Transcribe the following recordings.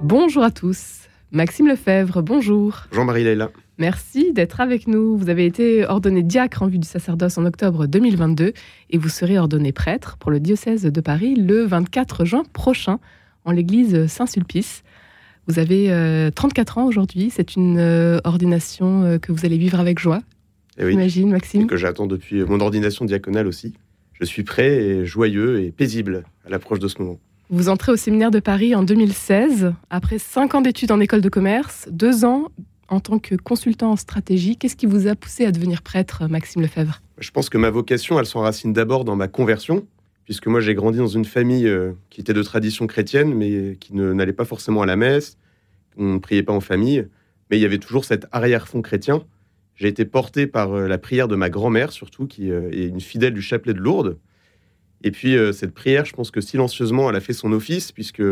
Bonjour à tous. Maxime Lefebvre, bonjour. Jean-Marie Leila. Merci d'être avec nous. Vous avez été ordonné diacre en vue du sacerdoce en octobre 2022 et vous serez ordonné prêtre pour le diocèse de Paris le 24 juin prochain en l'église Saint-Sulpice. Vous avez 34 ans aujourd'hui. C'est une ordination que vous allez vivre avec joie. Et oui, j'imagine, Maxime. Et que j'attends depuis mon ordination diaconale aussi. Je suis prêt et joyeux et paisible à l'approche de ce moment. Vous entrez au séminaire de Paris en 2016, après 5 ans d'études en école de commerce, 2 ans en tant que consultant en stratégie. Qu'est-ce qui vous a poussé à devenir prêtre, Maxime Lefebvre ? Je pense que ma vocation, elle s'enracine d'abord dans ma conversion, puisque moi j'ai grandi dans une famille qui était de tradition chrétienne, mais qui n'allait pas forcément à la messe, on ne priait pas en famille, mais il y avait toujours cet arrière-fond chrétien. J'ai été porté par la prière de ma grand-mère, surtout, qui est une fidèle du chapelet de Lourdes. Et puis, cette prière, je pense que silencieusement, elle a fait son office, puisque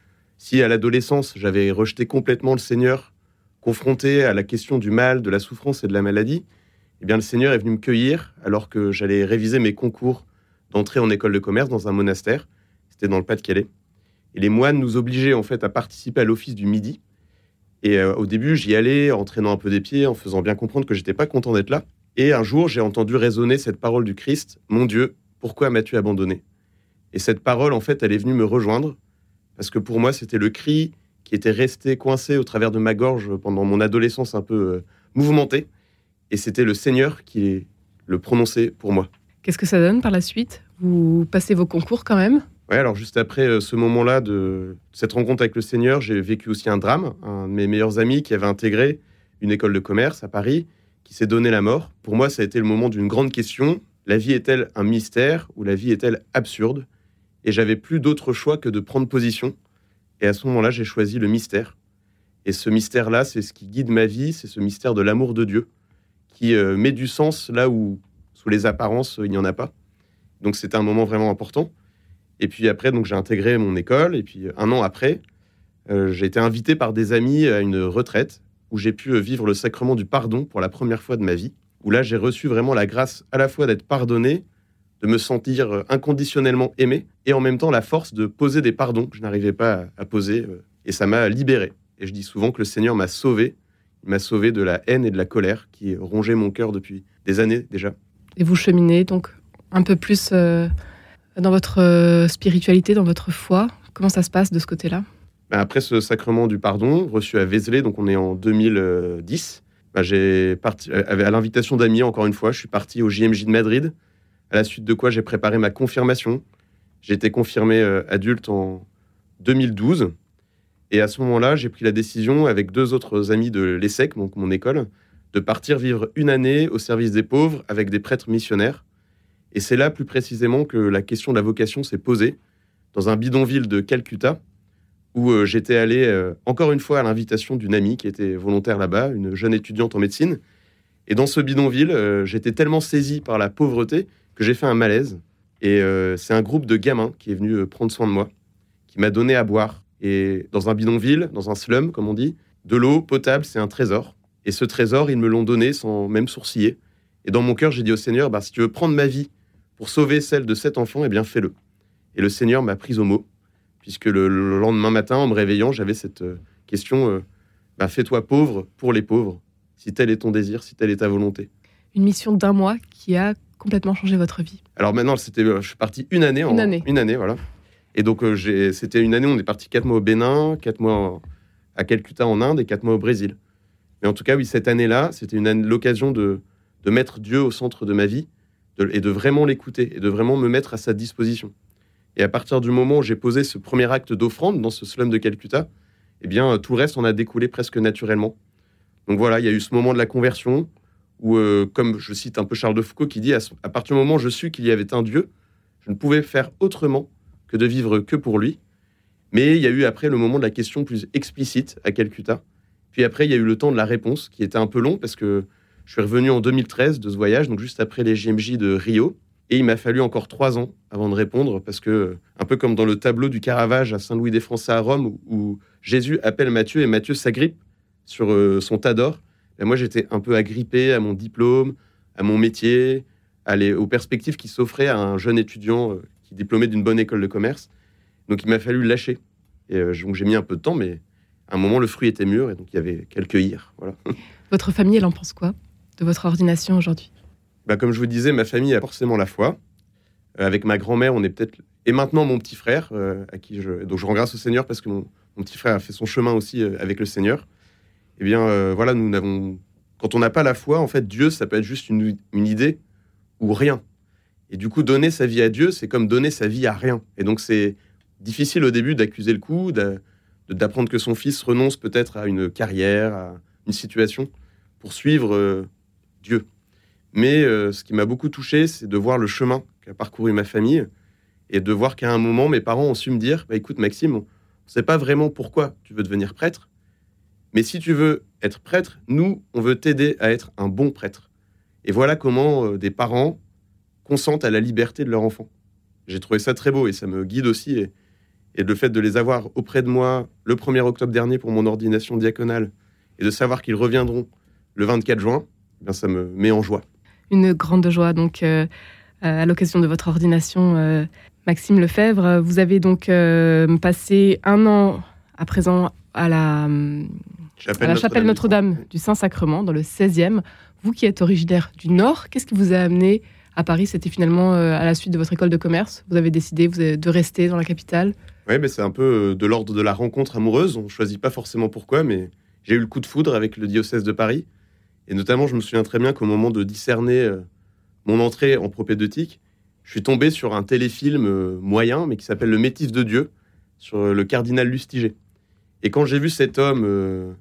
si à l'adolescence, j'avais rejeté complètement le Seigneur, confronté à la question du mal, de la souffrance et de la maladie, eh bien, le Seigneur est venu me cueillir alors que j'allais réviser mes concours d'entrée en école de commerce dans un monastère. C'était dans le Pas-de-Calais. Et les moines nous obligeaient, en fait, à participer à l'office du midi. Et au début, j'y allais en traînant un peu des pieds, en faisant bien comprendre que j'étais pas content d'être là. Et un jour, j'ai entendu résonner cette parole du Christ, « Mon Dieu, pourquoi m'as-tu abandonné ?» Et cette parole, en fait, elle est venue me rejoindre, parce que pour moi, c'était le cri qui était resté coincé au travers de ma gorge pendant mon adolescence un peu mouvementée. Et c'était le Seigneur qui le prononçait pour moi. Qu'est-ce que ça donne par la suite ? Vous passez vos concours quand même ? Ouais, alors juste après ce moment-là de cette rencontre avec le Seigneur, j'ai vécu aussi un drame. Un de mes meilleurs amis qui avait intégré une école de commerce à Paris, qui s'est donné la mort. Pour moi, ça a été le moment d'une grande question. La vie est-elle un mystère ou la vie est-elle absurde ? Et j'avais plus d'autre choix que de prendre position. Et à ce moment-là, j'ai choisi le mystère. Et ce mystère-là, c'est ce qui guide ma vie, c'est ce mystère de l'amour de Dieu, qui met du sens là où, sous les apparences, il n'y en a pas. Donc c'était un moment vraiment important. Et puis après, donc, j'ai intégré mon école. Et puis 1 an après, j'ai été invité par des amis à une retraite où j'ai pu vivre le sacrement du pardon pour la première fois de ma vie. Où là, j'ai reçu vraiment la grâce à la fois d'être pardonné, de me sentir inconditionnellement aimé, et en même temps la force de poser des pardons que je n'arrivais pas à poser. Et ça m'a libéré. Et je dis souvent que le Seigneur m'a sauvé. Il m'a sauvé de la haine et de la colère qui rongeaient mon cœur depuis des années déjà. Et vous cheminez donc un peu plus dans votre spiritualité, dans votre foi. Comment ça se passe de ce côté-là ? Après ce sacrement du pardon, reçu à Vézelay, donc on est en 2010, j'ai parti, à l'invitation d'amis, encore une fois, je suis parti au JMJ de Madrid, à la suite de quoi j'ai préparé ma confirmation. J'ai été confirmé adulte en 2012. Et à ce moment-là, j'ai pris la décision, avec 2 autres amis de l'ESSEC, donc mon école, de partir vivre 1 année au service des pauvres avec des prêtres missionnaires. Et c'est là, plus précisément, que la question de la vocation s'est posée, dans un bidonville de Calcutta, où j'étais allé, encore une fois, à l'invitation d'une amie qui était volontaire là-bas, une jeune étudiante en médecine. Et dans ce bidonville, j'étais tellement saisi par la pauvreté que j'ai fait un malaise. Et c'est un groupe de gamins qui est venu prendre soin de moi, qui m'a donné à boire. Et dans un bidonville, dans un slum, comme on dit, de l'eau potable, c'est un trésor. Et ce trésor, ils me l'ont donné sans même sourciller. Et dans mon cœur, j'ai dit au Seigneur, si tu veux prendre ma vie pour sauver celle de cet enfant, eh bien fais-le. Et le Seigneur m'a pris au mot, puisque le lendemain matin, en me réveillant, j'avais cette question, fais-toi pauvre pour les pauvres, si tel est ton désir, si telle est ta volonté. Une mission d'1 mois qui a complètement changé votre vie. Alors maintenant, je suis parti une année, voilà. Et donc, c'était 1 année, on est parti 4 mois au Bénin, 4 mois à Calcutta en Inde et 4 mois au Brésil. Mais en tout cas, oui, cette année-là, c'était l'occasion de mettre Dieu au centre de ma vie et de vraiment l'écouter et de vraiment me mettre à sa disposition. Et à partir du moment où j'ai posé ce premier acte d'offrande dans ce slum de Calcutta, eh bien, tout le reste en a découlé presque naturellement. Donc voilà, il y a eu ce moment de la conversion où, comme je cite un peu Charles de Foucault qui dit, à partir du moment où je sus qu'il y avait un Dieu, je ne pouvais faire autrement que de vivre que pour lui. Mais il y a eu après le moment de la question plus explicite à Calcutta. Puis après, il y a eu le temps de la réponse qui était un peu long parce que je suis revenu en 2013 de ce voyage, donc juste après les JMJ de Rio. Et il m'a fallu encore 3 ans avant de répondre parce que, un peu comme dans le tableau du Caravage à Saint-Louis des Français à Rome où Jésus appelle Matthieu et Matthieu s'agrippe sur son tas d'or, moi j'étais un peu agrippé à mon diplôme, à mon métier, aux perspectives qui s'offraient à un jeune étudiant qui est diplômé d'une bonne école de commerce. Donc il m'a fallu lâcher. Et donc j'ai mis un peu de temps, mais À un moment, le fruit était mûr et donc il y avait qu'à le cueillir. Voilà. Votre famille, elle en pense quoi de votre ordination aujourd'hui? Comme je vous disais, ma famille a forcément la foi. Avec ma grand-mère, on est peut-être... Et maintenant, mon petit frère, à qui donc je rends grâce au Seigneur parce que mon petit frère a fait son chemin aussi avec le Seigneur. Eh bien, voilà, nous n'avons... Quand on n'a pas la foi, en fait, Dieu, ça peut être juste une idée ou rien. Et du coup, donner sa vie à Dieu, c'est comme donner sa vie à rien. Et donc, c'est difficile au début d'accuser le coup, d'apprendre que son fils renonce peut-être à une carrière, à une situation, pour suivre Dieu. Mais ce qui m'a beaucoup touché, c'est de voir le chemin qu'a parcouru ma famille et de voir qu'à un moment, mes parents ont su me dire « Écoute, Maxime, on ne sait pas vraiment pourquoi tu veux devenir prêtre, mais si tu veux être prêtre, nous, on veut t'aider à être un bon prêtre. » Et voilà comment des parents consentent à la liberté de leur enfant. J'ai trouvé ça très beau et ça me guide aussi. Et le fait de les avoir auprès de moi le 1er octobre dernier pour mon ordination diaconale et de savoir qu'ils reviendront le 24 juin, ça me met en joie. Une grande joie, donc, à l'occasion de votre ordination, Maxime Lefebvre. Vous avez donc passé 1 an à présent à la chapelle Notre-Dame du Saint-Sacrement, dans le 16e. Vous qui êtes originaire du Nord, qu'est-ce qui vous a amené à Paris? C'était finalement à la suite de votre école de commerce. Vous avez décidé de rester dans la capitale? Oui, mais c'est un peu de l'ordre de la rencontre amoureuse. On ne choisit pas forcément pourquoi, mais j'ai eu le coup de foudre avec le diocèse de Paris. Et notamment, je me souviens très bien qu'au moment de discerner mon entrée en propédeutique, je suis tombé sur un téléfilm moyen, mais qui s'appelle Le Métis de Dieu, sur le cardinal Lustiger. Et quand j'ai vu cet homme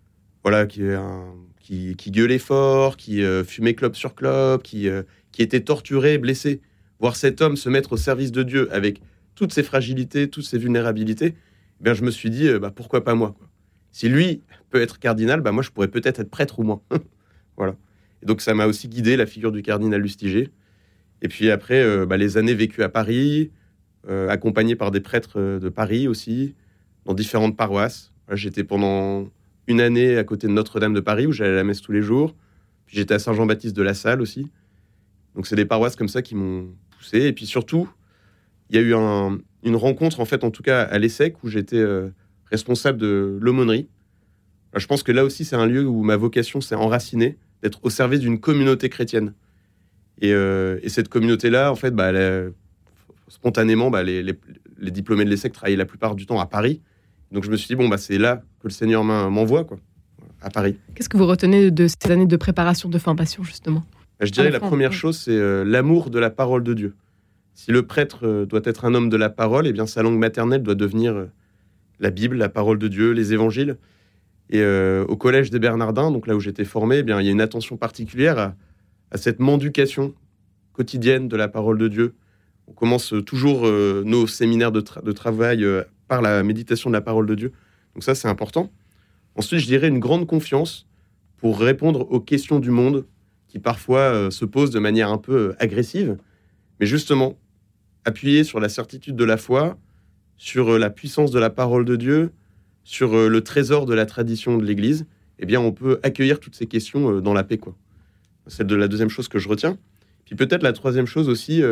qui gueulait fort, qui fumait clope sur clope, qui était torturé, blessé, voir cet homme se mettre au service de Dieu avec toutes ses fragilités, toutes ses vulnérabilités, je me suis dit, pourquoi pas moi, quoi. Si lui peut être cardinal, moi je pourrais peut-être être prêtre ou moins. Voilà. Et donc ça m'a aussi guidé, la figure du cardinal Lustiger. Et puis après, les années vécues à Paris, accompagné par des prêtres de Paris aussi, dans différentes paroisses. J'étais pendant 1 année à côté de Notre-Dame de Paris, où j'allais à la messe tous les jours. Puis j'étais à Saint-Jean-Baptiste de La Salle aussi. Donc c'est des paroisses comme ça qui m'ont poussé. Et puis surtout, il y a eu une rencontre, en fait, en tout cas à l'ESSEC, où j'étais responsable de l'aumônerie. Je pense que là aussi, c'est un lieu où ma vocation s'est enracinée, d'être au service d'une communauté chrétienne. Et cette communauté-là, en fait, spontanément, les diplômés de l'ESSEC travaillaient la plupart du temps à Paris. Donc je me suis dit, c'est là que le Seigneur m'envoie, quoi, à Paris. Qu'est-ce que vous retenez de ces années de préparation de formation, justement? Je dirais la première chose, c'est l'amour de la parole de Dieu. Si le prêtre doit être un homme de la parole, sa langue maternelle doit devenir la Bible, la parole de Dieu, les évangiles. Et au collège des Bernardins, donc là où j'étais formé, il y a une attention particulière à cette mendication quotidienne de la parole de Dieu. On commence toujours nos séminaires de travail par la méditation de la parole de Dieu. Donc ça, c'est important. Ensuite, je dirais une grande confiance pour répondre aux questions du monde qui parfois se posent de manière un peu agressive. Mais justement, appuyer sur la certitude de la foi, sur la puissance de la parole de Dieu, sur le trésor de la tradition de l'Église, on peut accueillir toutes ces questions dans la paix, quoi. C'est la deuxième chose que je retiens. Puis peut-être la troisième chose aussi,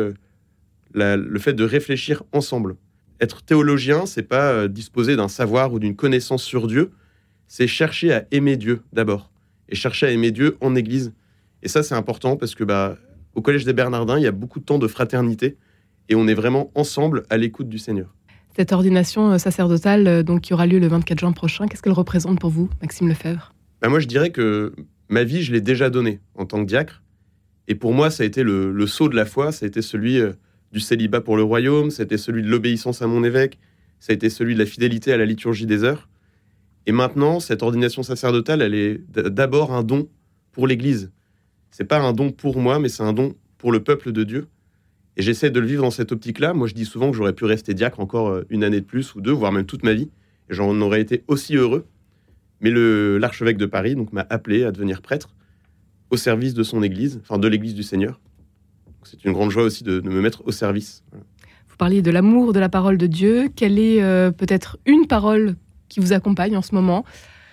le fait de réfléchir ensemble. Être théologien, c'est pas disposer d'un savoir ou d'une connaissance sur Dieu, c'est chercher à aimer Dieu d'abord, et chercher à aimer Dieu en Église. Et ça, c'est important parce que au Collège des Bernardins, il y a beaucoup de temps de fraternité, et on est vraiment ensemble à l'écoute du Seigneur. Cette ordination sacerdotale, donc, qui aura lieu le 24 juin prochain, qu'est-ce qu'elle représente pour vous, Maxime Lefebvre? Moi, je dirais que ma vie, je l'ai déjà donnée en tant que diacre. Et pour moi, ça a été le sceau de la foi, ça a été celui du célibat pour le royaume, ça a été celui de l'obéissance à mon évêque, ça a été celui de la fidélité à la liturgie des heures. Et maintenant, cette ordination sacerdotale, elle est d'abord un don pour l'Église. C'est pas un don pour moi, mais c'est un don pour le peuple de Dieu. Et j'essaie de le vivre dans cette optique-là. Moi, je dis souvent que j'aurais pu rester diacre encore 1 année de plus ou 2, voire même toute ma vie. Et j'en aurais été aussi heureux. Mais l'archevêque de Paris m'a appelé à devenir prêtre au service de son Église, enfin de l'Église du Seigneur. Donc, c'est une grande joie aussi de me mettre au service. Voilà. Vous parliez de l'amour de la parole de Dieu. Quelle est peut-être une parole qui vous accompagne en ce moment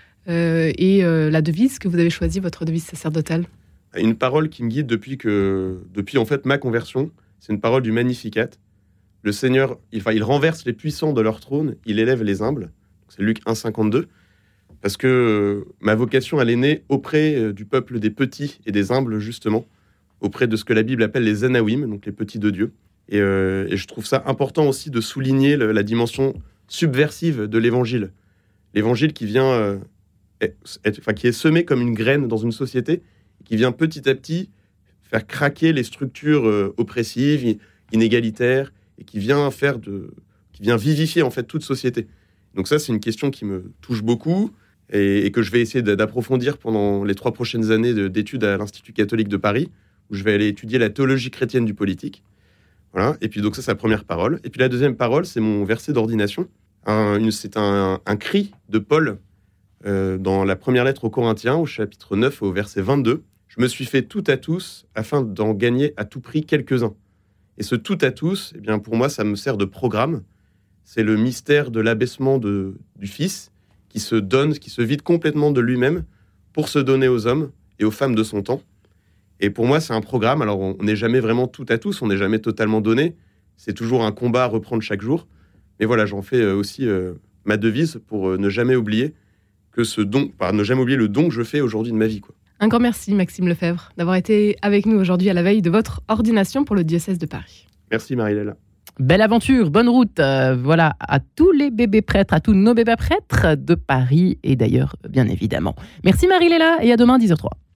et la devise que vous avez choisie, votre devise sacerdotale? Une parole qui me guide depuis en fait ma conversion, c'est une parole du Magnificat. Le Seigneur, il renverse les puissants de leur trône, il élève les humbles. C'est Luc 1,52. parce que ma vocation, elle est née auprès du peuple des petits et des humbles, justement, auprès de ce que la Bible appelle les Anawim, donc les petits de Dieu. Et je trouve ça important aussi de souligner la dimension subversive de l'Évangile. L'Évangile qui vient, qui est semé comme une graine dans une société, qui vient petit à petit faire craquer les structures oppressives, inégalitaires, et qui vient vivifier en fait toute société. Donc ça, c'est une question qui me touche beaucoup et que je vais essayer d'approfondir pendant les 3 prochaines années d'études à l'Institut catholique de Paris, où je vais aller étudier la théologie chrétienne du politique. Voilà. Et puis donc ça, c'est la première parole. Et puis la deuxième parole, c'est mon verset d'ordination. C'est un cri de Paul dans la première lettre aux Corinthiens, au chapitre 9, au verset 22. « Je me suis fait tout à tous afin d'en gagner à tout prix quelques-uns. » Et ce tout à tous, eh bien, pour moi, ça me sert de programme. C'est le mystère de l'abaissement du Fils qui se donne, qui se vide complètement de lui-même pour se donner aux hommes et aux femmes de son temps. Et pour moi, c'est un programme. Alors, on n'est jamais vraiment tout à tous, on n'est jamais totalement donné. C'est toujours un combat à reprendre chaque jour. Mais voilà, j'en fais aussi ma devise pour ne jamais oublier ne jamais oublier le don que je fais aujourd'hui de ma vie, quoi. Un grand merci, Maxime Lefebvre, d'avoir été avec nous aujourd'hui à la veille de votre ordination pour le diocèse de Paris. Merci, Marie-Léla. Belle aventure, bonne route, voilà, à tous les bébés prêtres, à tous nos bébés prêtres de Paris et d'ailleurs, bien évidemment. Merci Marie-Léla et à demain 10h03.